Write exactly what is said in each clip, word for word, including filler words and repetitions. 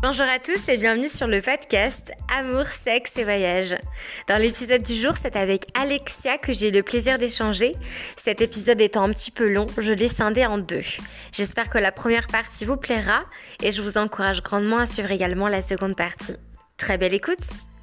Bonjour à tous et bienvenue sur le podcast Amour, sexe et voyage. Dans l'épisode du jour, c'est avec Alexia que j'ai eu le plaisir d'échanger. Cet épisode étant un petit peu long, je l'ai scindé en deux. J'espère que la première partie vous plaira et je vous encourage grandement à suivre également la seconde partie. Très belle écoute!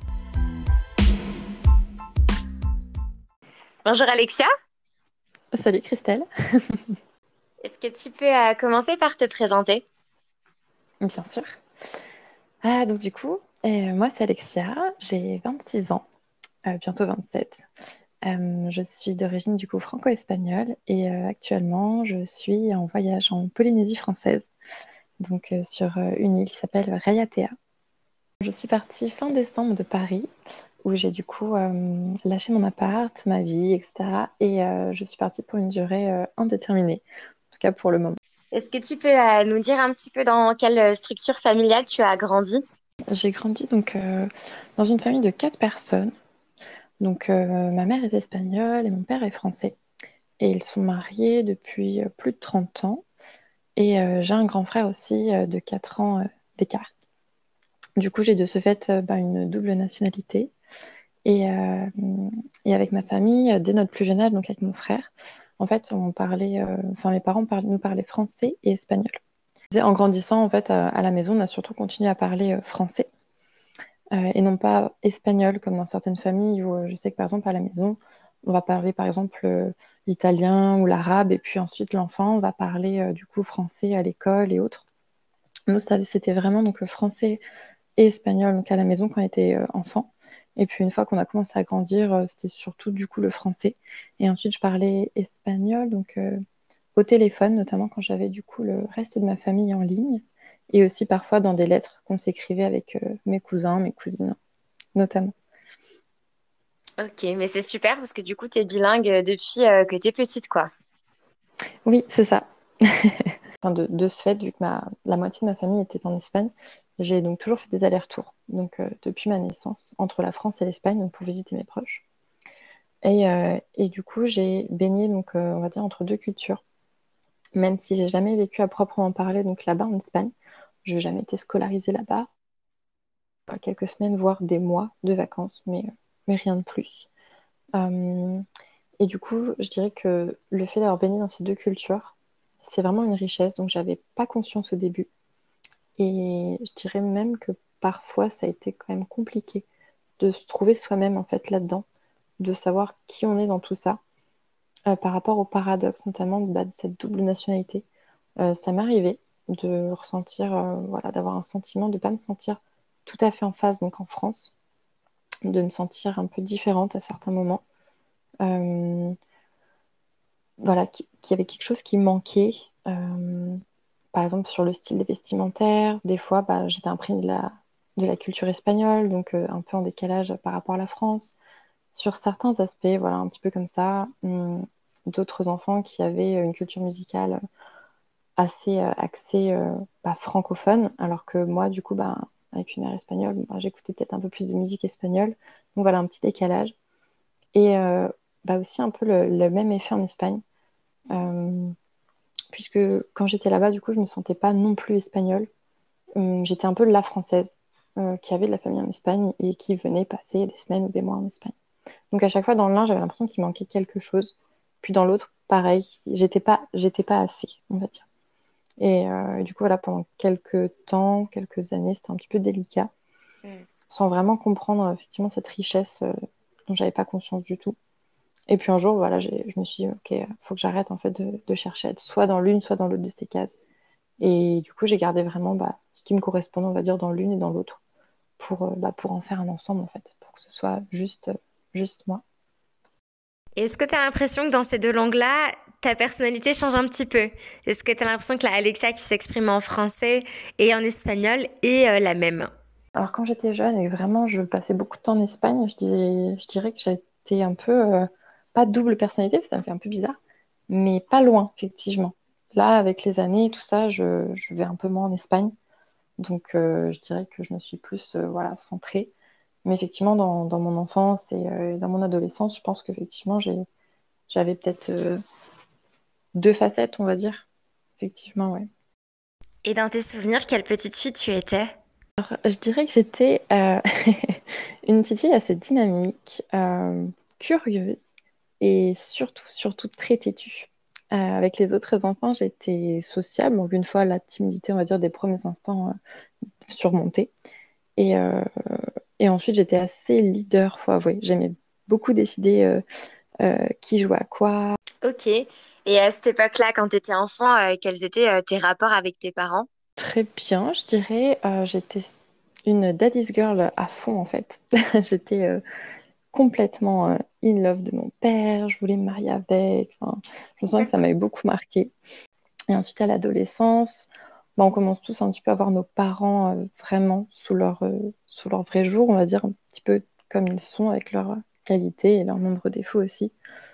Bonjour Alexia, Salut Christelle. est-ce que tu peux euh, commencer par te présenter? Bien sûr. Ah, donc du coup, euh, moi c'est Alexia, j'ai vingt-six ans, euh, bientôt vingt-sept. Euh, je suis d'origine du coup franco-espagnole et euh, actuellement je suis en voyage en Polynésie française, donc euh, sur euh, une île qui s'appelle Raiatea. Je suis partie fin décembre de Paris où j'ai du coup euh, lâché mon appart, ma vie, et cetera. Et euh, je suis partie pour une durée euh, indéterminée, en tout cas pour le moment. Est-ce que tu peux euh, nous dire un petit peu dans quelle euh, structure familiale tu as grandi? J'ai grandi donc euh, dans une famille de quatre personnes. Donc, euh, ma mère est espagnole et mon père est français. Et ils sont mariés depuis euh, plus de trente ans. Et euh, j'ai un grand frère aussi euh, de quatre ans euh, d'écart. Du coup, j'ai de ce fait euh, bah, une double nationalité. Et, euh, et avec ma famille, euh, dès notre plus jeune âge, donc avec mon frère, en fait, on parlait, euh, enfin, mes parents parlaient- nous parlaient français et espagnol. En grandissant, en fait, à, à la maison, on a surtout continué à parler euh, français euh, et non pas espagnol, comme dans certaines familles où euh, je sais que par exemple à la maison, on va parler par exemple euh, l'italien ou l'arabe, et puis ensuite l'enfant va parler euh, du coup français à l'école et autres. Nous, ça, c'était vraiment donc euh, français et espagnol donc à la maison quand on était euh, enfant. Et puis une fois qu'on a commencé à grandir, euh, c'était surtout du coup le français. Et ensuite, je parlais espagnol, donc euh, au téléphone, notamment quand j'avais du coup le reste de ma famille en ligne, et aussi parfois dans des lettres qu'on s'écrivait avec euh, mes cousins, mes cousines notamment. Ok, mais c'est super parce que du coup, tu es bilingue euh, depuis euh, que tu es petite, quoi. Oui, c'est ça. Enfin, de, de ce fait, vu que ma, la moitié de ma famille était en Espagne, j'ai donc toujours fait des allers-retours, donc euh, depuis ma naissance, entre la France et l'Espagne, donc pour visiter mes proches. Et, euh, et du coup, j'ai baigné, donc, euh, on va dire, entre deux cultures, même si j'ai jamais vécu à proprement parler, donc là-bas en Espagne. Je n'ai jamais été scolarisée là-bas, pas quelques semaines, voire des mois de vacances, mais, euh, mais rien de plus. Euh, et du coup, je dirais que le fait d'avoir baigné dans ces deux cultures, c'est vraiment une richesse, donc j'avais pas conscience au début. Et je dirais même que parfois, ça a été quand même compliqué de se trouver soi-même en fait là-dedans, de savoir qui on est dans tout ça, euh, par rapport au paradoxe notamment bah, de cette double nationalité. Euh, ça m'est arrivé de ressentir, euh, voilà, d'avoir un sentiment de ne pas me sentir tout à fait en phase, donc en France, de me sentir un peu différente à certains moments. Euh, voilà, qu'il y avait quelque chose qui manquait. Euh, par exemple, sur le style des vestimentaires, des fois, bah, j'étais imprégnée de la, de la culture espagnole, donc euh, un peu en décalage par rapport à la France. Sur certains aspects, voilà, un petit peu comme ça. Hum, d'autres enfants qui avaient une culture musicale assez euh, axée euh, bah, francophone, alors que moi, du coup, bah, avec une mère espagnole, bah, j'écoutais peut-être un peu plus de musique espagnole. Donc voilà, un petit décalage. Et euh, bah, aussi un peu le, le même effet en Espagne. Euh, puisque quand j'étais là-bas, du coup, je me sentais pas non plus espagnole. Hum, j'étais un peu la française euh, qui avait de la famille en Espagne et qui venait passer des semaines ou des mois en Espagne. Donc à chaque fois dans l'un, j'avais l'impression qu'il manquait quelque chose. Puis dans l'autre, pareil, j'étais pas, j'étais pas assez, on va dire. Et euh, du coup, voilà, pendant quelques temps, quelques années, c'était un petit peu délicat, Mm. sans vraiment comprendre euh, effectivement cette richesse euh, dont j'avais pas conscience du tout. Et puis un jour, voilà, j'ai- je me suis dit, ok, faut que j'arrête en fait de, de chercher à être soit dans l'une, soit dans l'autre de ces cases. Et du coup, j'ai gardé vraiment bah, ce qui me correspondait, on va dire, dans l'une et dans l'autre, pour, euh, bah, pour en faire un ensemble, en fait, pour que ce soit juste, euh, juste moi. Et est-ce que tu as l'impression que dans ces deux langues-là, ta personnalité change un petit peu? Est-ce que tu as l'impression que la Alexia qui s'exprime en français et en espagnol est euh, la même? Alors quand j'étais jeune et vraiment je passais beaucoup de temps en Espagne, je disais, je dirais que j'étais un peu, euh, pas double personnalité, parce que ça me fait un peu bizarre, mais pas loin, effectivement. Là, avec les années et tout ça, je, je vais un peu moins en Espagne, donc euh, je dirais que je me suis plus euh, voilà, centrée. Mais effectivement, dans, dans mon enfance et euh, dans mon adolescence, je pense qu'effectivement, j'ai, j'avais peut-être euh, deux facettes, on va dire. Effectivement, ouais. Et dans tes souvenirs, quelle petite fille tu étais? Je dirais que j'étais euh, une petite fille assez dynamique, euh, curieuse et surtout, surtout très têtue. Euh, avec les autres enfants, j'étais sociable. Donc, une fois la timidité, on va dire, des premiers instants euh, surmontée. Et, euh, et ensuite, j'étais assez leader, faut avouer. J'aimais beaucoup décider euh, euh, qui jouait à quoi. Ok. Et à cette époque-là, quand tu étais enfant, euh, quels étaient euh, tes rapports avec tes parents? Très bien, je dirais. Euh, j'étais une daddy's girl à fond, en fait. J'étais euh, complètement euh, in love de mon père, je voulais me marier avec. Enfin, je me sens que ça m'avait beaucoup marqué. Et ensuite, à l'adolescence, bah, on commence tous un petit peu à voir nos parents euh, vraiment sous leur, euh, sous leur vrai jour, on va dire un petit peu comme ils sont, avec leurs qualités et leurs nombreux défauts aussi.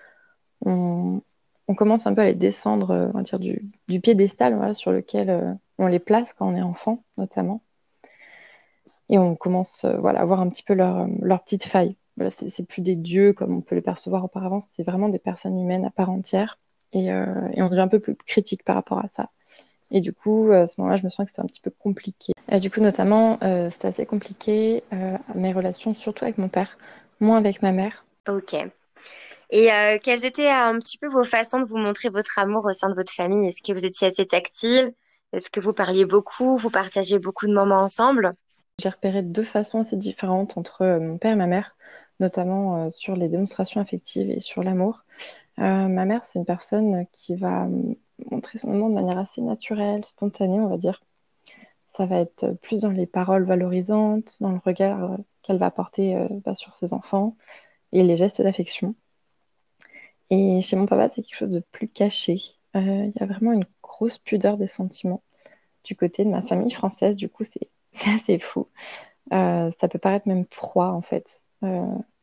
On, on commence un peu à les descendre, euh, on va dire, du, du piédestal, voilà, sur lequel euh, on les place quand on est enfant, notamment. Et on commence euh, voilà, à voir un petit peu leur, euh, leur petite faille. Voilà, c'est c'est plus des dieux comme on peut les percevoir auparavant, c'est vraiment des personnes humaines à part entière. Et, euh, et on devient un peu plus critique par rapport à ça. Et du coup, à ce moment-là, je me sens que c'est un petit peu compliqué. Et du coup, notamment, euh, c'était assez compliqué, euh, mes relations, surtout avec mon père, moins avec ma mère. Ok. Et euh, quelles étaient euh, un petit peu vos façons de vous montrer votre amour au sein de votre famille? Est-ce que vous étiez assez tactile? Est-ce que vous parliez beaucoup? Vous partagez beaucoup de moments ensemble? J'ai repéré deux façons assez différentes entre euh, mon père et ma mère, notamment euh, sur les démonstrations affectives et sur l'amour. Euh, ma mère, c'est une personne qui va euh, montrer son amour de manière assez naturelle, spontanée, on va dire. Ça va être plus dans les paroles valorisantes, dans le regard euh, qu'elle va porter euh, bah, sur ses enfants et les gestes d'affection. Et chez mon papa, c'est quelque chose de plus caché. Euh, Il y a vraiment une grosse pudeur des sentiments du côté de ma famille française. Du coup, c'est c'est assez fou. Euh, ça peut paraître même froid, en fait, euh,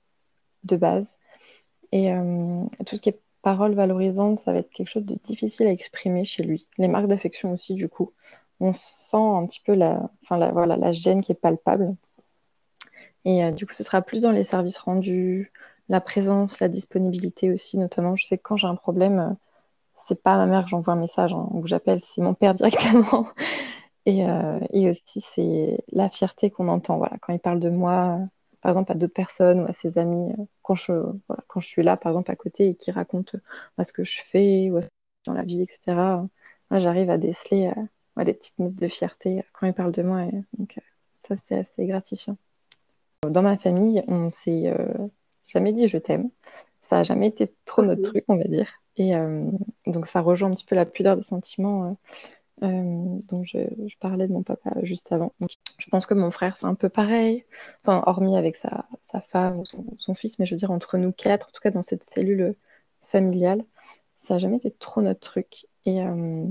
de base. Et euh, tout ce qui est paroles valorisantes, ça va être quelque chose de difficile à exprimer chez lui. Les marques d'affection aussi, du coup. On sent un petit peu la, enfin, la, voilà, la gêne qui est palpable. Et euh, du coup, ce sera plus dans les services rendus, la présence, la disponibilité aussi, notamment. Je sais que quand j'ai un problème, euh, c'est pas à ma mère que j'envoie un message hein, ou que j'appelle, c'est mon père directement. Et, euh, et aussi, c'est la fierté qu'on entend. Voilà, quand il parle de moi, euh, par exemple, à d'autres personnes ou à ses amis, euh, quand je, voilà, quand je suis là, par exemple, à côté et qu'il raconte euh, ce que je fais ou dans la vie, et cetera euh, Moi, j'arrive à déceler euh, ouais, des petites notes de fierté euh, quand il parle de moi. Et, donc, euh, ça, c'est assez gratifiant. Dans ma famille, on s'est euh, jamais dit je t'aime. Ça n'a jamais été trop notre Ok. truc, on va dire. Et euh, donc, ça rejoint un petit peu la pudeur des sentiments. euh, euh, dont je, je parlais de mon papa juste avant. Donc, je pense que mon frère, c'est un peu pareil, enfin, hormis avec sa, sa femme ou son, son fils, mais je veux dire, entre nous quatre, en tout cas dans cette cellule familiale, ça n'a jamais été trop notre truc. Et, euh,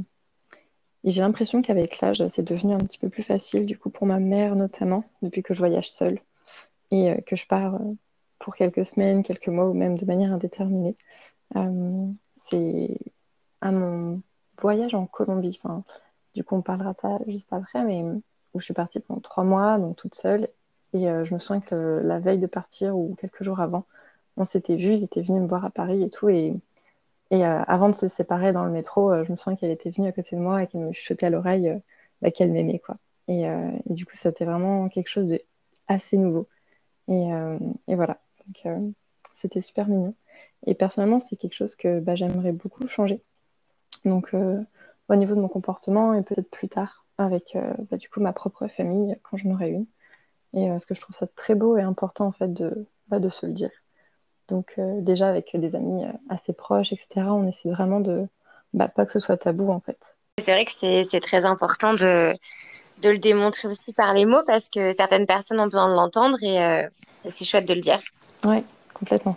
et j'ai l'impression qu'avec l'âge, c'est devenu un petit peu plus facile, du coup, pour ma mère notamment, depuis que je voyage seule et euh, que je pars euh, pour quelques semaines, quelques mois ou même de manière indéterminée. Euh, c'est à mon voyage en Colombie. Enfin, du coup, on parlera de ça juste après, mais où je suis partie pendant trois mois, donc toute seule. Et euh, je me souviens que la veille de partir ou quelques jours avant, on s'était vus, ils étaient venus me voir à Paris et tout. Et, et euh, avant de se séparer dans le métro, euh, je me souviens qu'elle était venue à côté de moi et qu'elle me chuchotait à l'oreille euh, bah, qu'elle m'aimait, quoi. Et, euh, et du coup, c'était vraiment quelque chose de assez nouveau. Et, euh, et voilà. Donc, euh, c'était super mignon. Et personnellement, c'est quelque chose que bah, j'aimerais beaucoup changer. Donc, euh, au niveau de mon comportement et peut-être plus tard avec euh, bah, du coup ma propre famille quand j'en aurai une. Et euh, parce que je trouve ça très beau et important en fait de, bah, de se le dire. Donc, euh, déjà avec des amis euh, assez proches, et cetera, on essaie vraiment de bah, pas que ce soit tabou en fait. C'est vrai que c'est c'est très important de, de le démontrer aussi par les mots parce que certaines personnes ont besoin de l'entendre et euh, c'est chouette de le dire. Ouais, complètement.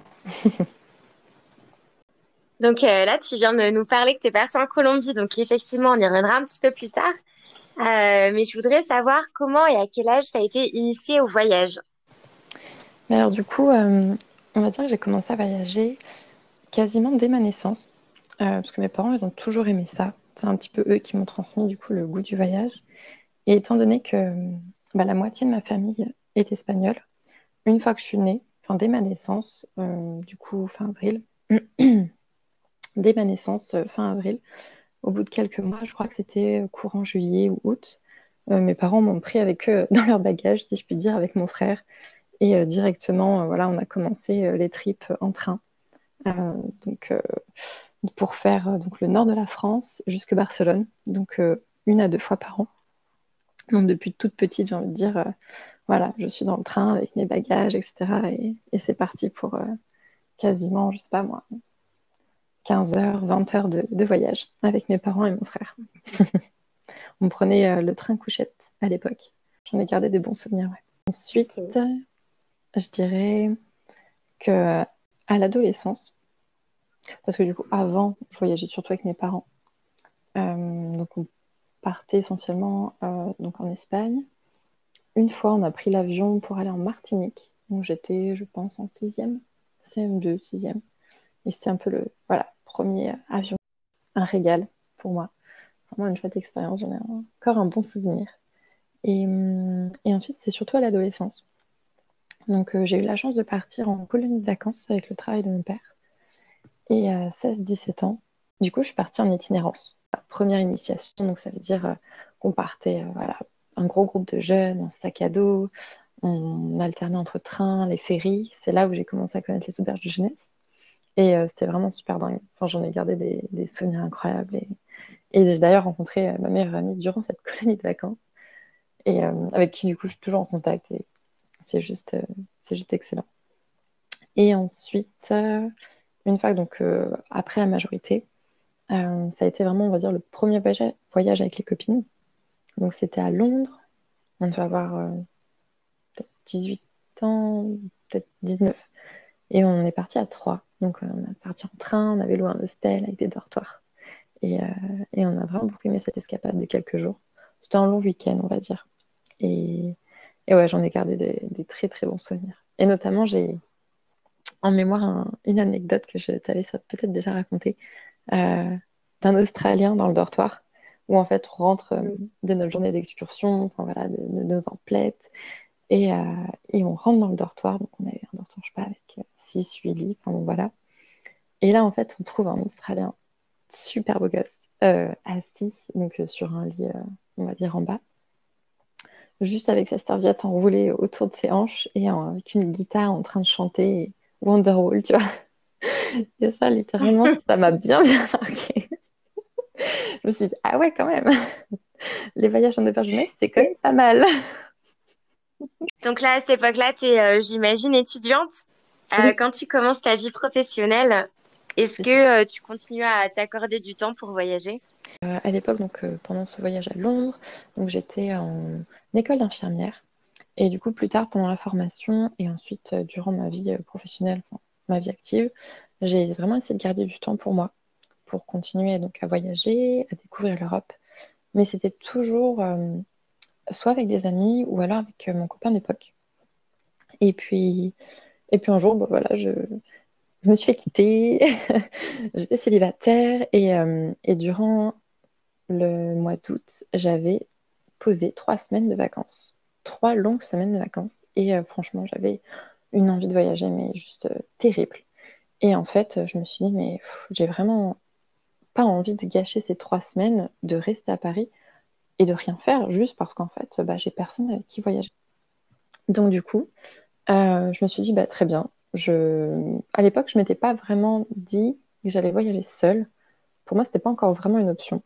Donc euh, là, tu viens de nous parler que tu es partie en Colombie, donc effectivement, on y reviendra un petit peu plus tard. Euh, mais je voudrais savoir comment et à quel âge tu as été initiée au voyage. Mais alors du coup, euh, on va dire que j'ai commencé à voyager quasiment dès ma naissance. Euh, parce que mes parents, ils ont toujours aimé ça. C'est un petit peu eux qui m'ont transmis du coup le goût du voyage. Et étant donné que bah, la moitié de ma famille est espagnole, une fois que je suis née, enfin dès ma naissance, euh, du coup fin avril, dès ma naissance, euh, fin avril, au bout de quelques mois, je crois que c'était courant juillet ou août, Euh, mes parents m'ont pris avec eux dans leur bagage, si je puis dire, avec mon frère. Et euh, directement, euh, voilà, on a commencé euh, les trips en train. Euh, donc, euh, pour faire euh, donc, le nord de la France jusque Barcelone. Donc, euh, une à deux fois par an. Donc, depuis toute petite, j'ai envie de dire, euh, voilà, je suis dans le train avec mes bagages, et cetera. Et, et c'est parti pour euh, quasiment, je sais pas moi, quinze heures, vingt heures de, de voyage avec mes parents et mon frère. On prenait euh, le train couchette à l'époque. J'en ai gardé des bons souvenirs. Ouais. Ensuite, Ok. je dirais que à l'adolescence, parce que du coup, avant, je voyageais surtout avec mes parents. Euh, donc, on partait essentiellement euh, donc en Espagne. Une fois, on a pris l'avion pour aller en Martinique. Donc, j'étais, je pense, en sixième, C M deux, sixième. Et c'était un peu le voilà, premier avion, un régal pour moi. Vraiment une chouette expérience. J'en ai encore un bon souvenir. Et, hum, et ensuite, c'est surtout à l'adolescence. Donc, euh, j'ai eu la chance de partir en colonie de vacances avec le travail de mon père. Et à seize dix-sept ans, du coup, je suis partie en itinérance. Première initiation, donc ça veut dire euh, qu'on partait, euh, voilà, un gros groupe de jeunes, un sac à dos, on alternait entre trains, les ferries. C'est là où j'ai commencé à connaître les auberges de jeunesse. Et euh, c'était vraiment super dingue. Enfin, j'en ai gardé des, des souvenirs incroyables. Et, et j'ai d'ailleurs rencontré euh, ma meilleure amie durant cette colonie de vacances, et euh, avec qui, du coup, je suis toujours en contact. Et c'est juste, euh, c'est juste excellent. Et ensuite, euh, une fois donc euh, après la majorité, euh, ça a été vraiment, on va dire, le premier voyage, voyage avec les copines. Donc c'était à Londres. On devait avoir euh, peut-être dix-huit ans, peut-être dix-neuf. Et on est parti à trois. Donc euh, on est parti en train, on avait loué un hostel avec des dortoirs. Et, euh, et on a vraiment beaucoup aimé cette escapade de quelques jours. C'était un long week-end, on va dire. Et, et ouais, j'en ai gardé des, des très très bons souvenirs. Et notamment, j'ai en mémoire un- une anecdote que je t'avais peut-être déjà racontée, euh, d'un Australien dans le dortoir, où en fait on rentre euh, de notre journée d'excursion, enfin voilà, de, de nos emplettes, et, euh, et on rentre dans le dortoir. Donc on avait un dortoir, je sais pas, avec six huit lits, enfin bon voilà. Et là en fait on trouve un Australien super beau gosse, euh, assis donc euh, sur un lit, euh, on va dire en bas, juste avec sa serviette enroulée autour de ses hanches et euh, avec une guitare en train de chanter Wonderwall, tu vois. Et ça, littéralement, ça m'a bien, bien marqué. Je me suis dit, ah ouais, quand même, les voyages en auberge jeunesse, c'est quand même pas mal. Donc là, à cette époque-là, tu es, j'imagine, étudiante. Euh, Oui, quand tu commences ta vie professionnelle, est-ce c'est ça. que euh, tu continues à t'accorder du temps pour voyager? Euh, à l'époque, donc, euh, pendant ce voyage à Londres, donc, j'étais en école d'infirmière. Et du coup, plus tard, pendant la formation et ensuite, euh, durant ma vie euh, professionnelle, enfin, ma vie active, j'ai vraiment essayé de garder du temps pour moi, pour continuer donc à voyager, à découvrir l'Europe. Mais c'était toujours euh, soit avec des amis ou alors avec euh, mon copain d'époque. Et puis, et puis un jour, bah, voilà, je, je me suis fait quitter. J'étais célibataire et, euh, et durant le mois d'août, j'avais posé trois semaines de vacances. Trois longues semaines de vacances. Et euh, franchement, j'avais une envie de voyager, mais juste euh, terrible. Et en fait, je me suis dit, mais pff, j'ai vraiment pas envie de gâcher ces trois semaines, de rester à Paris et de rien faire, juste parce qu'en fait, bah, j'ai personne avec qui voyager. Donc du coup, euh, je me suis dit, bah, très bien. Je... À l'époque, je m'étais pas vraiment dit que j'allais voyager seule. Pour moi, c'était pas encore vraiment une option.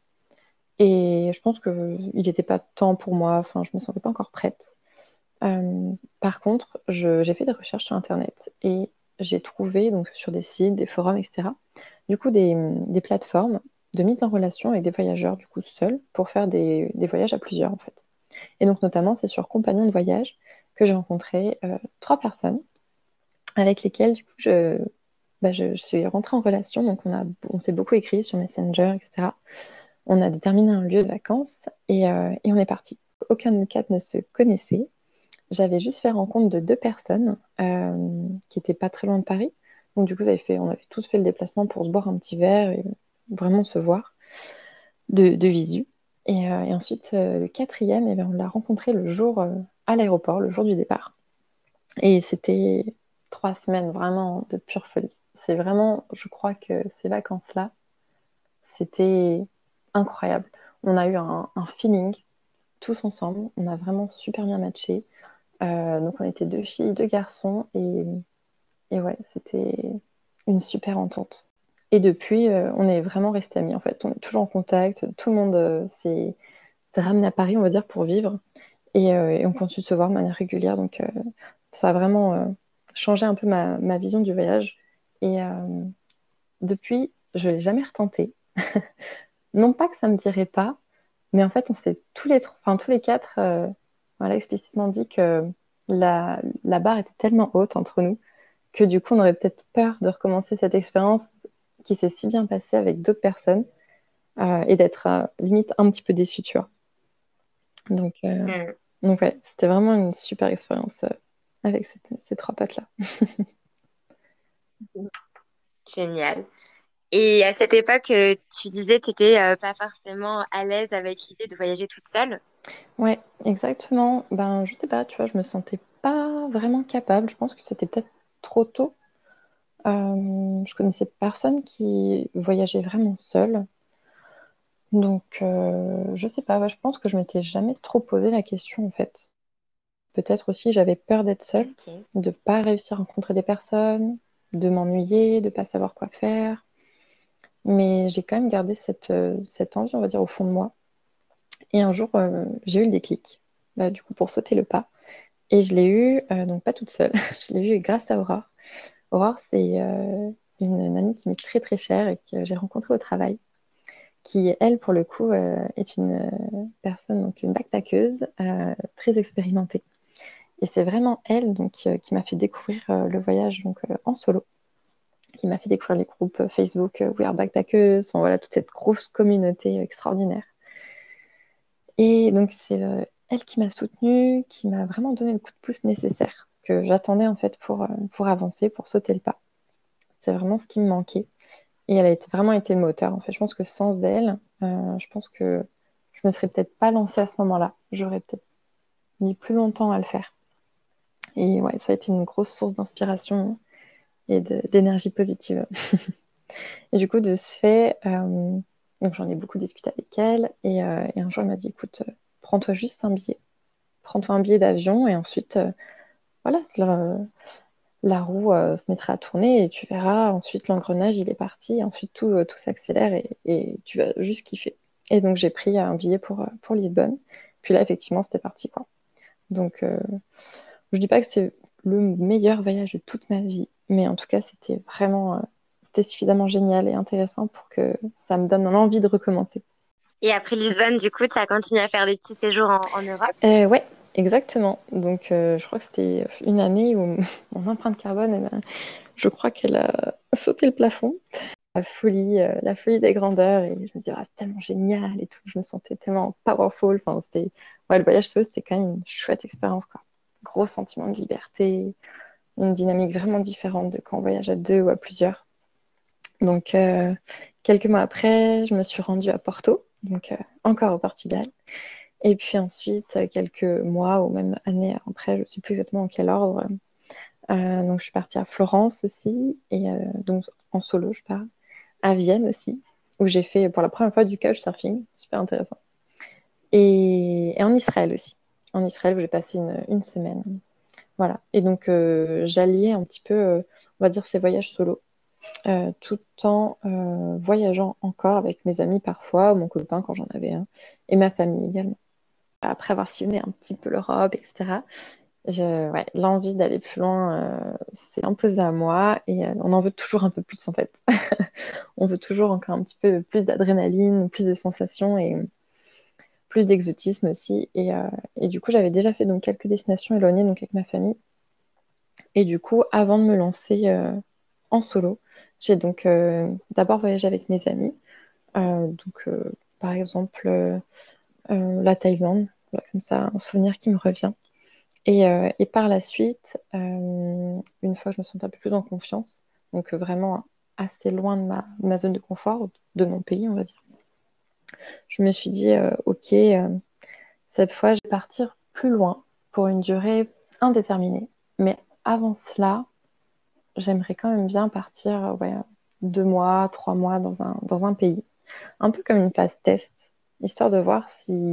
Et je pense que il n'était pas temps pour moi. Enfin, je me sentais pas encore prête. Euh, Par contre, je- j'ai fait des recherches sur Internet et j'ai trouvé donc sur des sites, des forums, et cetera. Du coup, des, des plateformes de mise en relation avec des voyageurs du coup seuls pour faire des, des voyages à plusieurs en fait. Et donc notamment, c'est sur Compagnon de voyage que j'ai rencontré euh, trois personnes avec lesquelles du coup je, bah, je, je suis rentrée en relation. Donc on a, on s'est beaucoup écrit sur Messenger, et cetera. On a déterminé un lieu de vacances et, euh, et on est parti. Aucun de nous quatre ne se connaissait. J'avais juste fait rencontre de deux personnes euh, qui étaient pas très loin de Paris. Donc du coup, on avait fait, on avait tous fait le déplacement pour se boire un petit verre et vraiment se voir de, de visu. Et, euh, et ensuite, euh, le quatrième, eh bien, on l'a rencontré le jour euh, à l'aéroport, le jour du départ. Et c'était trois semaines vraiment de pure folie. C'est vraiment, je crois que ces vacances-là, c'était incroyable. On a eu un, un feeling. tous ensemble. On a vraiment super bien matché. Euh, donc on était deux filles, deux garçons et, et ouais, c'était une super entente. Et depuis, euh, on est vraiment restés amis en fait. On est toujours en contact. Tout le monde euh, s'est s'est ramené à Paris, on va dire, pour vivre. Et, euh, et on continue de se voir de manière régulière. Donc euh, ça a vraiment euh, changé un peu ma, ma vision du voyage. Et euh, depuis, je ne l'ai jamais retenté. Non pas que ça me dirait pas, mais en fait, on s'est tous les, tro- enfin, tous les quatre euh, voilà, explicitement dit que la, la barre était tellement haute entre nous que du coup, on aurait peut-être peur de recommencer cette expérience qui s'est si bien passée avec d'autres personnes euh, et d'être euh, limite un petit peu déçu, tu vois. Donc, euh, Hmm. donc ouais, c'était vraiment une super expérience euh, avec ces, ces trois potes-là. Génial. Et à cette époque, euh, tu disais que tu n'étais pas forcément à l'aise avec l'idée de voyager toute seule. Ouais, exactement. Ben, je sais pas, tu vois, je me sentais pas vraiment capable. Je pense que c'était peut-être trop tôt. Euh, je connaissais personne qui voyageait vraiment seul. Donc, euh, je sais pas, ouais, je pense que je m'étais jamais trop posé la question en fait. Peut-être aussi j'avais peur d'être seule, Ok. de pas réussir à rencontrer des personnes, de m'ennuyer, de pas savoir quoi faire. Mais j'ai quand même gardé cette, euh, cette envie, on va dire, au fond de moi. Et un jour, euh, j'ai eu le déclic, bah, du coup, pour sauter le pas. Et je l'ai eu, euh, donc pas toute seule, je l'ai eu grâce à Aurore. Aurore, c'est euh, une, une amie qui m'est très très chère et que j'ai rencontrée au travail, qui, elle, pour le coup, euh, est une euh, personne, donc une backpackeuse, euh, très expérimentée. Et c'est vraiment elle donc, euh, qui m'a fait découvrir euh, le voyage donc, euh, en solo, qui m'a fait découvrir les groupes euh, Facebook euh, We Are Backpackers, enfin, voilà, toute cette grosse communauté euh, extraordinaire. Et donc, c'est euh, elle qui m'a soutenue, qui m'a vraiment donné le coup de pouce nécessaire que j'attendais en fait pour, euh, pour avancer, pour sauter le pas. C'est vraiment ce qui me manquait. Et elle a été, vraiment été le moteur. En fait, je pense que sans elle, euh, je pense que je me serais peut-être pas lancée à ce moment-là. J'aurais peut-être mis plus longtemps à le faire. Et ouais, ça a été une grosse source d'inspiration et de- d'énergie positive. Et du coup, de ce fait, euh, donc j'en ai beaucoup discuté avec elle. Et, euh, et un jour, elle m'a dit, écoute, euh, prends-toi juste un billet. Prends-toi un billet d'avion et ensuite, euh, voilà, la, la roue euh, se mettra à tourner et tu verras. Ensuite, l'engrenage, il est parti. Et ensuite, tout, euh, tout s'accélère et, et tu vas juste kiffer. Et donc, j'ai pris un billet pour, euh, pour Lisbonne. Puis là, effectivement, c'était parti, quoi. Donc, euh, je dis pas que c'est le meilleur voyage de toute ma vie, mais en tout cas, c'était vraiment, euh, c'était suffisamment génial et intéressant pour que ça me donne envie de recommencer. Et après Lisbonne, du coup, tu as continué à faire des petits séjours en, en Europe. Euh, ouais, exactement. Donc, euh, je crois que c'était une année où mon empreinte carbone, eh ben, je crois qu'elle a sauté le plafond. La folie, euh, la folie des grandeurs, et je me disais, ah, c'est tellement génial et tout. Je me sentais tellement powerful. Enfin, c'était, ouais, le voyage seul, c'était quand même une chouette expérience, quoi. Gros sentiment de liberté, une dynamique vraiment différente de quand on voyage à deux ou à plusieurs. Donc, euh, quelques mois après, je me suis rendue à Porto, donc euh, encore au Portugal. Et puis ensuite, euh, quelques mois ou même années après, je ne sais plus exactement en quel ordre, euh, donc je suis partie à Florence aussi, et euh, donc en solo, je pars, à Vienne aussi, où j'ai fait pour la première fois du couchsurfing, super intéressant. Et, et en Israël aussi. En Israël, où j'ai passé une, une semaine. Voilà. Et donc, euh, j'alliais un petit peu, euh, on va dire, ces voyages solo euh, tout en euh, voyageant encore avec mes amis parfois, mon copain quand j'en avais un, et ma famille également. Après avoir sillonné un petit peu l'Europe, et cetera, je, ouais, l'envie d'aller plus loin euh, s'est imposée à moi et euh, on en veut toujours un peu plus en fait. On veut toujours encore un petit peu plus d'adrénaline, plus de sensations et plus d'exotisme aussi. Et, euh, et du coup, j'avais déjà fait donc quelques destinations éloignées donc avec ma famille. Et du coup, avant de me lancer euh, en solo, j'ai donc euh, d'abord voyagé avec mes amis. Euh, donc, euh, par exemple, euh, euh, la Thaïlande, voilà, comme ça, un souvenir qui me revient. Et, euh, et par la suite, euh, une fois que je me sentais un peu plus en confiance, donc euh, vraiment assez loin de ma, de ma zone de confort, de mon pays, on va dire, je me suis dit, euh, ok, euh, cette fois, je vais partir plus loin pour une durée indéterminée. Mais avant cela, j'aimerais quand même bien partir euh, ouais, deux mois, trois mois dans un, dans un pays, un peu comme une phase test, histoire de voir si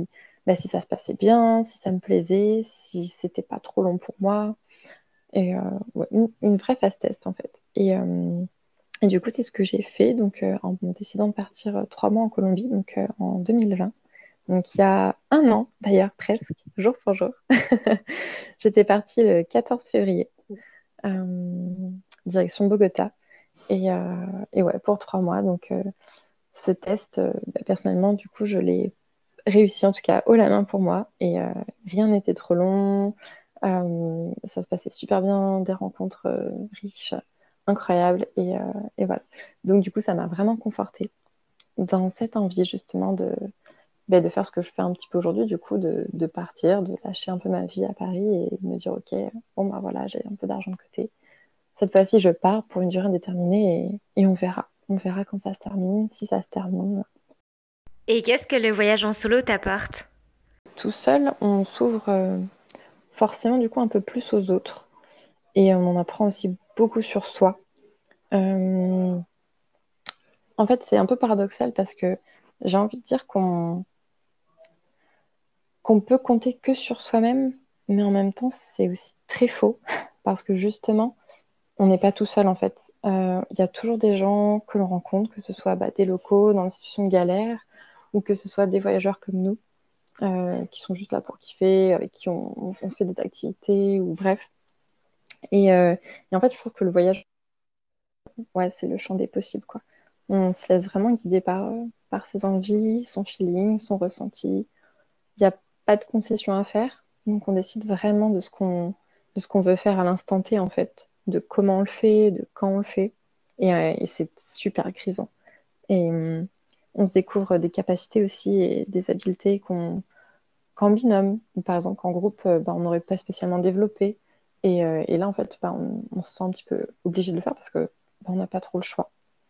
bah, si ça se passait bien, si ça me plaisait, si c'était pas trop long pour moi. Et euh, ouais, une, une vraie phase test en fait. Et, euh, et du coup, c'est ce que j'ai fait donc, euh, en décidant de partir euh, trois mois en Colombie, donc euh, en deux mille vingt. Donc il y a un an d'ailleurs, presque, jour pour jour. J'étais partie le quatorze février, euh, direction Bogota. Et, euh, et ouais, pour trois mois. Donc euh, ce test, euh, bah, personnellement, du coup, je l'ai réussi en tout cas haut la main pour moi. Et euh, rien n'était trop long. Euh, ça se passait super bien, des rencontres euh, riches, incroyables. Et, euh, et voilà. Donc du coup, ça m'a vraiment confortée dans cette envie justement de, ben, de faire ce que je fais un petit peu aujourd'hui, du coup, de, de partir, de lâcher un peu ma vie à Paris et de me dire, OK, bon, bah voilà, j'ai un peu d'argent de côté. Cette fois-ci, je pars pour une durée indéterminée et, et on verra. On verra quand ça se termine, si ça se termine. Et qu'est-ce que le voyage en solo t'apporte? Tout seul, on s'ouvre euh, forcément, du coup, un peu plus aux autres et on en apprend aussi beaucoup sur soi. Euh, En fait, c'est un peu paradoxal parce que j'ai envie de dire qu'on qu'on peut compter que sur soi-même, mais en même temps, c'est aussi très faux parce que justement, on n'est pas tout seul en fait. Euh, Il y a toujours des gens que l'on rencontre, que ce soit bah, des locaux dans des situations de galère ou que ce soit des voyageurs comme nous euh, qui sont juste là pour kiffer, avec qui on, on fait des activités ou bref. Et, euh, et en fait, je trouve que le voyage, ouais, c'est le champ des possibles quoi. On se laisse vraiment guider par, euh, par ses envies, son feeling, son ressenti. Il n'y a pas de concession à faire, donc on décide vraiment de ce qu'on de ce qu'on veut faire à l'instant T en fait, de comment on le fait, de quand on le fait, et, euh, et c'est super grisant. Et hum, on se découvre des capacités aussi et des habiletés qu'on qu'en binôme, ou par exemple qu'en groupe, euh, bah, on n'aurait pas spécialement développé. Et, euh, et là en fait, bah, on, on se sent un petit peu obligé de le faire parce que bah, on n'a pas trop le choix.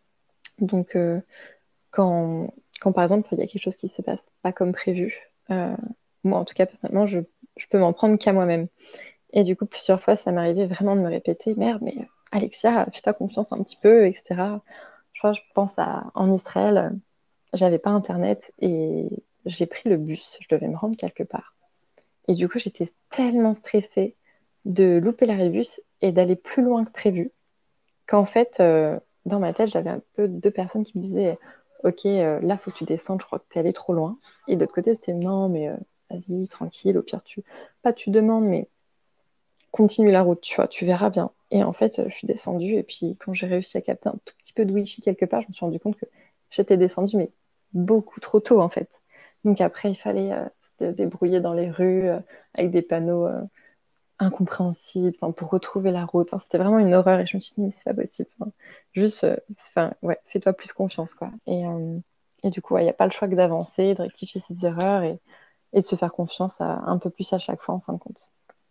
Donc euh, quand, quand par exemple il y a quelque chose qui se passe pas comme prévu, euh, moi en tout cas personnellement je, je peux m'en prendre qu'à moi-même. Et du coup plusieurs fois ça m'arrivait vraiment de me répéter merde mais euh, Alexia fais-toi confiance un petit peu etc. Je crois je pense à en Israël j'avais pas internet et j'ai pris le bus je devais me rendre quelque part et du coup j'étais tellement stressée de louper l'arrêt-bus et d'aller plus loin que prévu qu'en fait, euh, dans ma tête, j'avais un peu deux personnes qui me disaient Ok, euh, là, faut que tu descendes, je crois que tu es allé trop loin. Et de l'autre côté, c'était Non, mais euh, vas-y, tranquille, au pire, tu. Pas tu demandes, mais continue la route, tu vois, tu verras bien. Et en fait, euh, je suis descendue, et puis quand j'ai réussi à capter un tout petit peu de wifi quelque part, je me suis rendu compte que j'étais descendue, mais beaucoup trop tôt, en fait. Donc après, il fallait euh, se débrouiller dans les rues euh, avec des panneaux. Euh, incompréhensible, enfin, pour retrouver la route. Enfin, c'était vraiment une horreur et je me suis dit, mais c'est pas possible. Enfin, juste, euh, enfin, ouais, fais-toi plus confiance, quoi. Et, euh, et du coup, il ouais, n'y a pas le choix que d'avancer, de rectifier ses erreurs et, et de se faire confiance à, un peu plus à chaque fois, en fin de compte.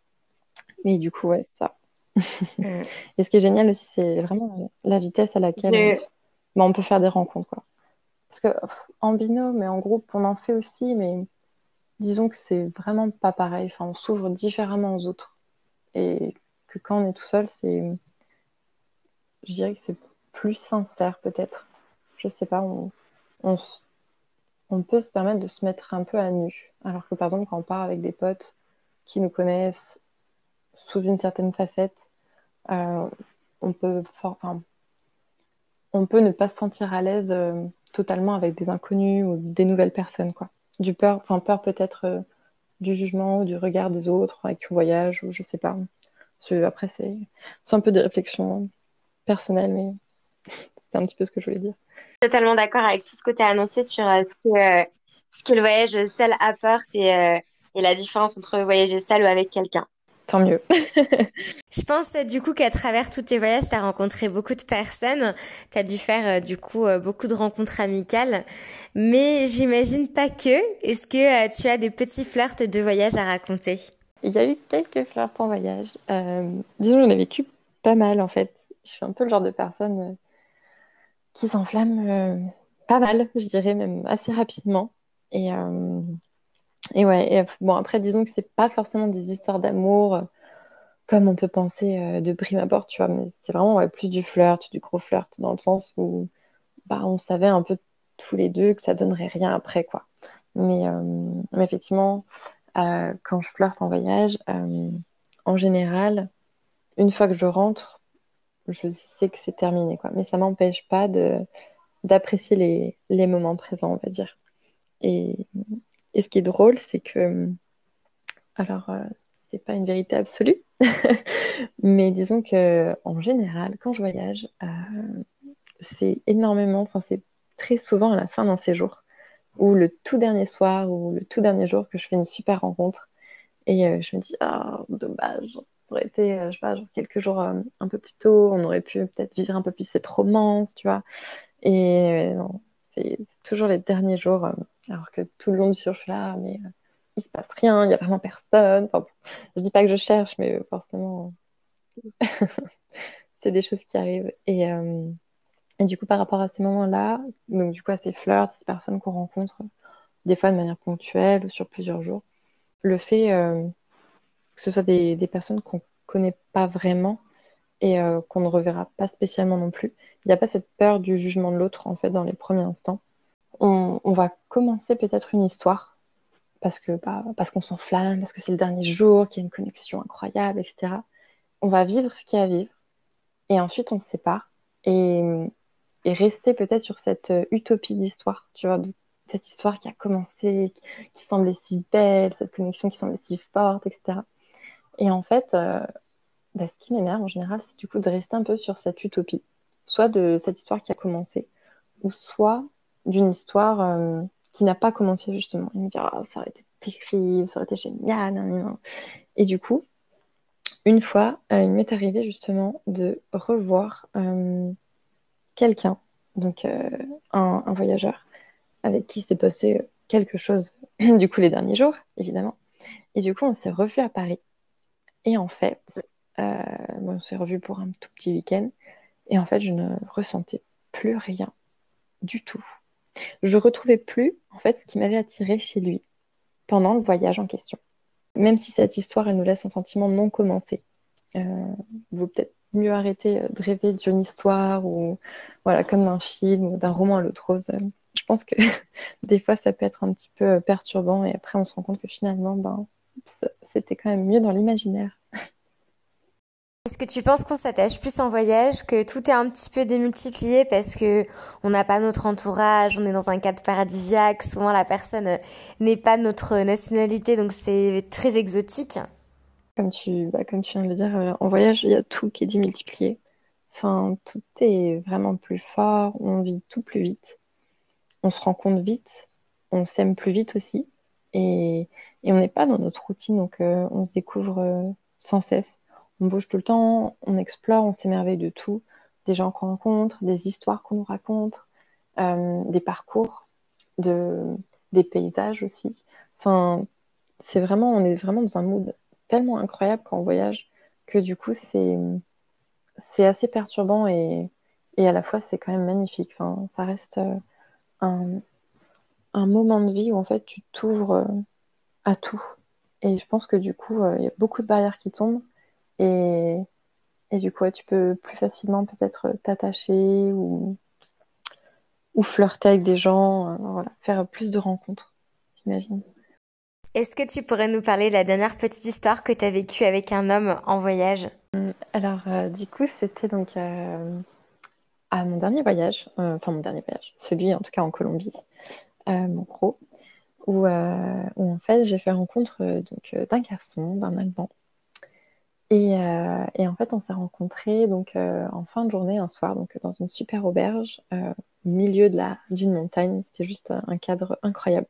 Mais du coup, ouais, c'est ça. Mm. Et ce qui est génial aussi, c'est vraiment euh, la vitesse à laquelle euh, Je... bah, on peut faire des rencontres, quoi. Parce que pff, en binôme et en groupe, on en fait aussi, mais disons que c'est vraiment pas pareil. Enfin, on s'ouvre différemment aux autres. Et que quand on est tout seul, c'est je dirais que c'est plus sincère peut-être. Je sais pas, on, on, s- on peut se permettre de se mettre un peu à nu. Alors que par exemple, quand on part avec des potes qui nous connaissent sous une certaine facette, euh, on peut, for- enfin, on peut ne pas se sentir à l'aise euh, totalement avec des inconnus ou des nouvelles personnes, quoi. Du peur, enfin peur peut-être euh, du jugement ou du regard des autres avec qui on voyage ou je sais pas. C'est- Après, c'est c'est un peu des réflexions personnelles, mais c'était un petit peu ce que je voulais dire. Totalement d'accord avec tout ce que tu as annoncé sur euh, ce que, euh, ce que le voyage seul apporte et, euh, et la différence entre voyager seul ou avec quelqu'un. Tant mieux. Je pense euh, du coup qu'à travers tous tes voyages, tu as rencontré beaucoup de personnes. Tu as dû faire euh, du coup euh, beaucoup de rencontres amicales. Mais j'imagine pas que. Est-ce que euh, tu as des petits flirts de voyage à raconter? Il y a eu quelques flirts en voyage. Euh, disons, j'en ai vécu pas mal en fait. Je suis un peu le genre de personne euh, qui s'enflamme euh, pas mal, je dirais même assez rapidement. Et, euh, et ouais, et, euh, bon après, disons que c'est pas forcément des histoires d'amour euh, comme on peut penser euh, de prime abord, tu vois, mais c'est vraiment ouais, plus du flirt, du gros flirt, dans le sens où bah, on savait un peu tous les deux que ça donnerait rien après, quoi. Mais, euh, mais effectivement, euh, quand je flirte en voyage, euh, en général, une fois que je rentre, je sais que c'est terminé, quoi. Mais ça m'empêche pas de d'apprécier les, les moments présents, on va dire. Et, et ce qui est drôle, c'est que, alors, euh, c'est pas une vérité absolue, mais disons que en général, quand je voyage, euh, c'est énormément, enfin, c'est très souvent à la fin d'un séjour, ou le tout dernier soir, ou le tout dernier jour que je fais une super rencontre. Et euh, je me dis, ah, dommage, ça aurait été, euh, je sais pas, genre quelques jours euh, un peu plus tôt, on aurait pu peut-être vivre un peu plus cette romance, tu vois. Et euh, non, c'est toujours les derniers jours, euh, alors que tout le long du séjour, je suis là, mais euh, il se passe rien, il n'y a vraiment personne. Enfin, bon, je dis pas que je cherche, mais euh, forcément, c'est des choses qui arrivent. Et, euh, et du coup, par rapport à ces moments-là, donc du coup, à ces flirts, ces personnes qu'on rencontre, des fois de manière ponctuelle ou sur plusieurs jours, le fait euh, que ce soit des, des personnes qu'on connaît pas vraiment et euh, qu'on ne reverra pas spécialement non plus, il n'y a pas cette peur du jugement de l'autre, en fait, dans les premiers instants. On, on va commencer peut-être une histoire parce que bah, parce qu'on s'enflamme, parce que c'est le dernier jour, qu'il y a une connexion incroyable, et cetera. On va vivre ce qu'il y a à vivre et ensuite on se sépare et, et rester peut-être sur cette euh, utopie d'histoire, tu vois, de cette histoire qui a commencé, qui, qui semblait si belle, cette connexion qui semblait si forte, et cetera. Et en fait, euh, bah, ce qui m'énerve en général, c'est du coup de rester un peu sur cette utopie, soit de cette histoire qui a commencé, ou soit d'une histoire euh, qui n'a pas commencé justement. Et me dire, ah, ça aurait été terrible, ça aurait été génial, nan, nan, nan. Et du coup, une fois, euh, il m'est arrivé justement de revoir euh, quelqu'un, donc euh, un, un voyageur, avec qui s'est passé quelque chose, du coup, les derniers jours, évidemment. Et du coup, on s'est revus à Paris. Et en fait, euh, bon, on s'est revus pour un tout petit week-end. Et en fait, je ne ressentais plus rien du tout. Je retrouvais plus, en fait, ce qui m'avait attiré chez lui pendant le voyage en question. Même si cette histoire, elle nous laisse un sentiment non commencé. Euh, il vaut peut-être mieux arrêter euh, de rêver d'une histoire ou, voilà, comme d'un film ou d'un roman à l'autre rose. Euh, Je pense que des fois, ça peut être un petit peu euh, perturbant et après, on se rend compte que finalement, ben, oups, c'était quand même mieux dans l'imaginaire. Est-ce que tu penses qu'on s'attache plus en voyage, que tout est un petit peu démultiplié parce que on n'a pas notre entourage, on est dans un cadre paradisiaque, souvent la personne euh, n'est pas de notre nationalité, donc c'est très exotique. Comme tu, bah, comme tu viens de le dire, euh, en voyage, il y a tout qui est démultiplié. Enfin, tout est vraiment plus fort, on vit tout plus vite, on se rend compte vite, on s'aime plus vite aussi, et, et on n'est pas dans notre routine, donc euh, on se découvre euh, sans cesse. On bouge tout le temps, on explore, on s'émerveille de tout, des gens qu'on rencontre, des histoires qu'on nous raconte, euh, des parcours, de, des paysages aussi. Enfin, c'est vraiment, on est vraiment dans un mood tellement incroyable quand on voyage que du coup, c'est, c'est assez perturbant et, et à la fois, c'est quand même magnifique. Enfin, ça reste euh, un, un moment de vie où en fait, tu t'ouvres euh, à tout. Et je pense que du coup, euh, il y a beaucoup de barrières qui tombent et, et du coup, ouais, tu peux plus facilement peut-être t'attacher ou, ou flirter avec des gens, euh, voilà, faire plus de rencontres, j'imagine. Est-ce que tu pourrais nous parler de la dernière petite histoire que tu as vécue avec un homme en voyage? Alors, euh, du coup, c'était donc euh, à mon dernier voyage, euh, enfin mon dernier voyage, celui en tout cas en Colombie, euh, mon gros, où, euh, où en fait j'ai fait rencontre euh, donc euh, d'un garçon, d'un Allemand. Et, euh, et en fait, on s'est rencontrés donc euh, en fin de journée, un soir, donc dans une super auberge euh, au milieu de la d'une montagne. C'était juste un un cadre incroyable.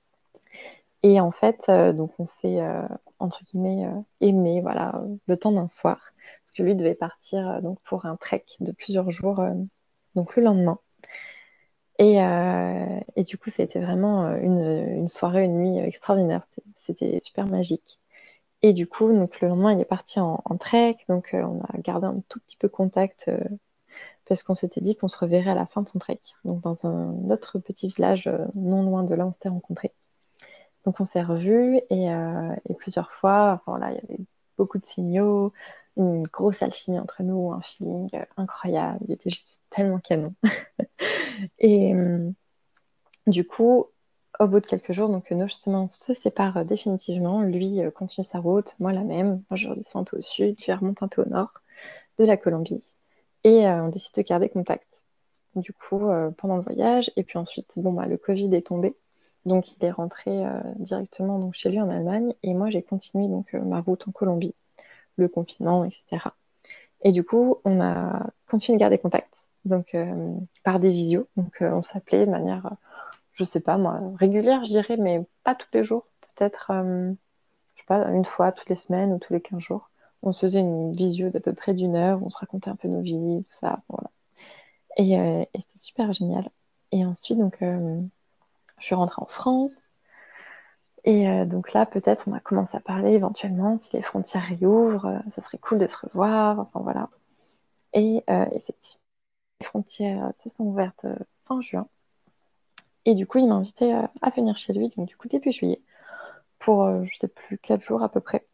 Et en fait, euh, donc on s'est euh, entre guillemets euh, aimé, voilà, euh, le temps d'un soir, parce que lui devait partir euh, donc pour un trek de plusieurs jours, euh, donc le lendemain. Et, euh, et du coup, ça a été vraiment euh, une, une soirée, une nuit euh, extraordinaire. C'était c'était super magique. Et du coup, donc le lendemain, il est parti en, en trek, donc euh, on a gardé un tout petit peu contact euh, parce qu'on s'était dit qu'on se reverrait à la fin de son trek, donc dans un autre petit village euh, non loin de là où on s'était rencontrés. Donc on s'est revus et, euh, et plusieurs fois, enfin, voilà, il y avait beaucoup de signaux, une grosse alchimie entre nous, un feeling euh, incroyable, il était juste tellement canon. Et hum, du coup, au bout de quelques jours, donc nos chemins se séparent euh, définitivement. Lui euh, continue sa route, moi la même. Moi, je redescends un peu au sud, puis elle remonte un peu au nord de la Colombie. Et euh, on décide de garder contact. Du coup, euh, pendant le voyage. Et puis ensuite, bon, bah, le Covid est tombé. Donc, il est rentré euh, directement donc, chez lui en Allemagne. Et moi, j'ai continué donc, euh, ma route en Colombie, le confinement, et cetera. Et du coup, on a continué de garder contact. Donc, euh, par des visios. Donc, euh, on s'appelait de manière, euh, je sais pas moi, régulière, je dirais, mais pas tous les jours. Peut-être, euh, je sais pas, une fois toutes les semaines ou tous les quinze jours. On se faisait une visio d'à peu près d'une heure. On se racontait un peu nos vies, tout ça. Voilà. Et, euh, et c'était super génial. Et ensuite, donc, euh, je suis rentrée en France. Et euh, donc là, peut-être, on a commencé à parler éventuellement, si les frontières réouvrent, euh, ça serait cool de se revoir. Enfin, voilà. Et euh, effectivement, les frontières se sont ouvertes euh, fin juin. Et du coup, il m'a invité euh, à venir chez lui, donc du coup, début juillet, pour, euh, je sais plus, quatre jours à peu près.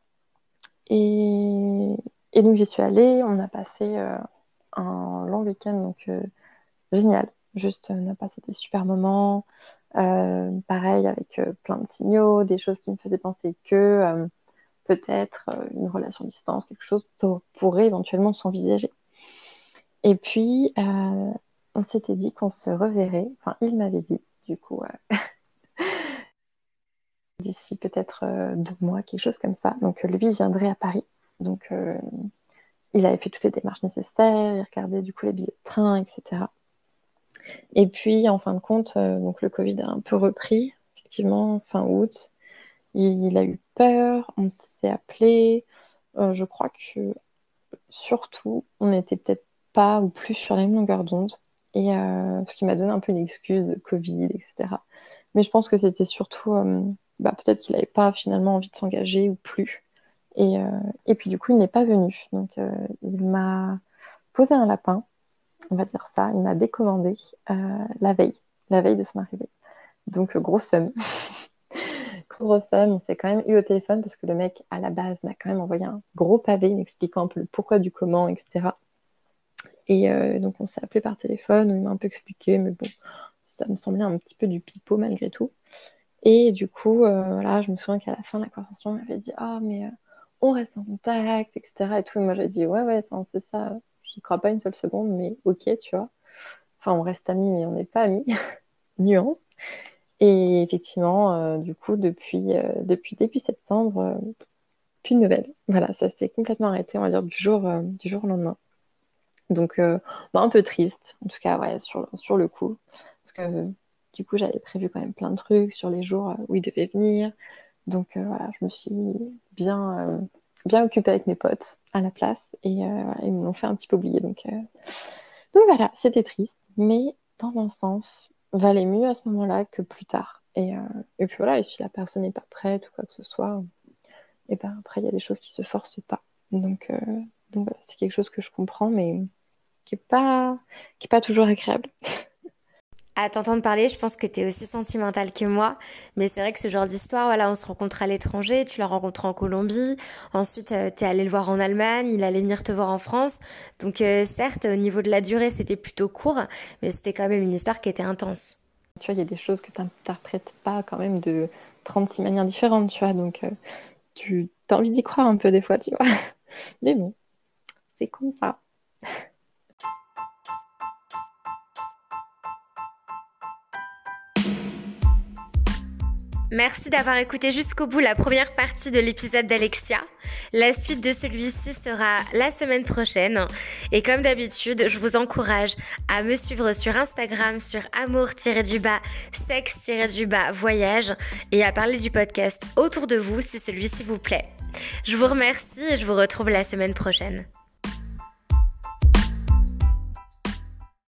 Et, et donc, j'y suis allée. On a passé euh, un long week-end, donc euh, génial. Juste, euh, on a passé des super moments. Euh, pareil, avec euh, plein de signaux, des choses qui me faisaient penser que euh, peut-être euh, une relation à distance, quelque chose pour- pourrait éventuellement s'envisager. Et puis, euh, on s'était dit qu'on se reverrait. Enfin, il m'avait dit, du coup, euh, d'ici peut-être euh, deux mois, quelque chose comme ça. Donc, euh, lui viendrait à Paris. Donc, euh, il avait fait toutes les démarches nécessaires, il regardait du coup les billets de train, et cetera. Et puis, en fin de compte, euh, donc le Covid a un peu repris, effectivement, fin août. Il a eu peur, on s'est appelé. Euh, je crois que surtout, on n'était peut-être pas ou plus sur la même longueur d'onde. Et euh, ce qui m'a donné un peu une excuse de Covid, et cetera. Mais je pense que c'était surtout, euh, bah, peut-être qu'il n'avait pas finalement envie de s'engager ou plus. Et, euh, et puis du coup, il n'est pas venu. Donc, euh, il m'a posé un lapin, on va dire ça. Il m'a décommandé euh, la veille, la veille de son arrivée. Donc, euh, grosse somme. Grosse somme. On s'est quand même eu au téléphone parce que le mec, à la base, m'a quand même envoyé un gros pavé m'expliquant un peu le pourquoi du comment, et cetera. Et euh, donc, on s'est appelé par téléphone, où il m'a un peu expliqué, mais bon, ça me semblait un petit peu du pipeau malgré tout. Et du coup, euh, voilà, je me souviens qu'à la fin de la conversation, il m'avait dit ah, mais euh, on reste en contact, et cetera. Et tout. Et moi, j'ai dit ouais, ouais, enfin, c'est ça, je ne crois pas une seule seconde, mais ok, tu vois. Enfin, on reste amis, mais on n'est pas amis. Nuance. Et effectivement, euh, du coup, depuis, euh, depuis début septembre, euh, plus de nouvelles. Voilà, ça s'est complètement arrêté, on va dire, du jour, euh, du jour au lendemain. Donc, euh, bah, un peu triste, en tout cas, ouais, sur, sur le coup. Parce que, euh, du coup, j'avais prévu quand même plein de trucs sur les jours euh, où il devait venir. Donc, euh, voilà, je me suis bien, euh, bien occupée avec mes potes à la place. Et euh, voilà, ils m'ont fait un petit peu oublier. Donc, euh, donc voilà, c'était triste. Mais dans un sens, valait mieux à ce moment-là que plus tard. Et, euh, et puis voilà, et si la personne n'est pas prête ou quoi que ce soit, et ben après, il y a des choses qui se forcent pas. Donc, euh, donc voilà, c'est quelque chose que je comprends, mais qui est pas, qui est pas toujours agréable. À t'entendre parler, je pense que t'es aussi sentimentale que moi, mais c'est vrai que ce genre d'histoire, voilà, on se rencontre à l'étranger, tu l'as rencontré en Colombie, ensuite euh, t'es allé le voir en Allemagne, il allait venir te voir en France, donc euh, certes, au niveau de la durée, c'était plutôt court, mais c'était quand même une histoire qui était intense. Tu vois, il y a des choses que tu n'interprètes pas quand même de trente-six manières différentes, tu vois, donc euh, tu as envie d'y croire un peu des fois, tu vois. Mais bon, c'est comme ça. Merci d'avoir écouté jusqu'au bout la première partie de l'épisode d'Alexia. La suite de celui-ci sera la semaine prochaine. Et comme d'habitude, je vous encourage à me suivre sur Instagram sur amour-du-bas, sexe-du-bas, voyage et à parler du podcast autour de vous si celui-ci vous plaît. Je vous remercie et je vous retrouve la semaine prochaine.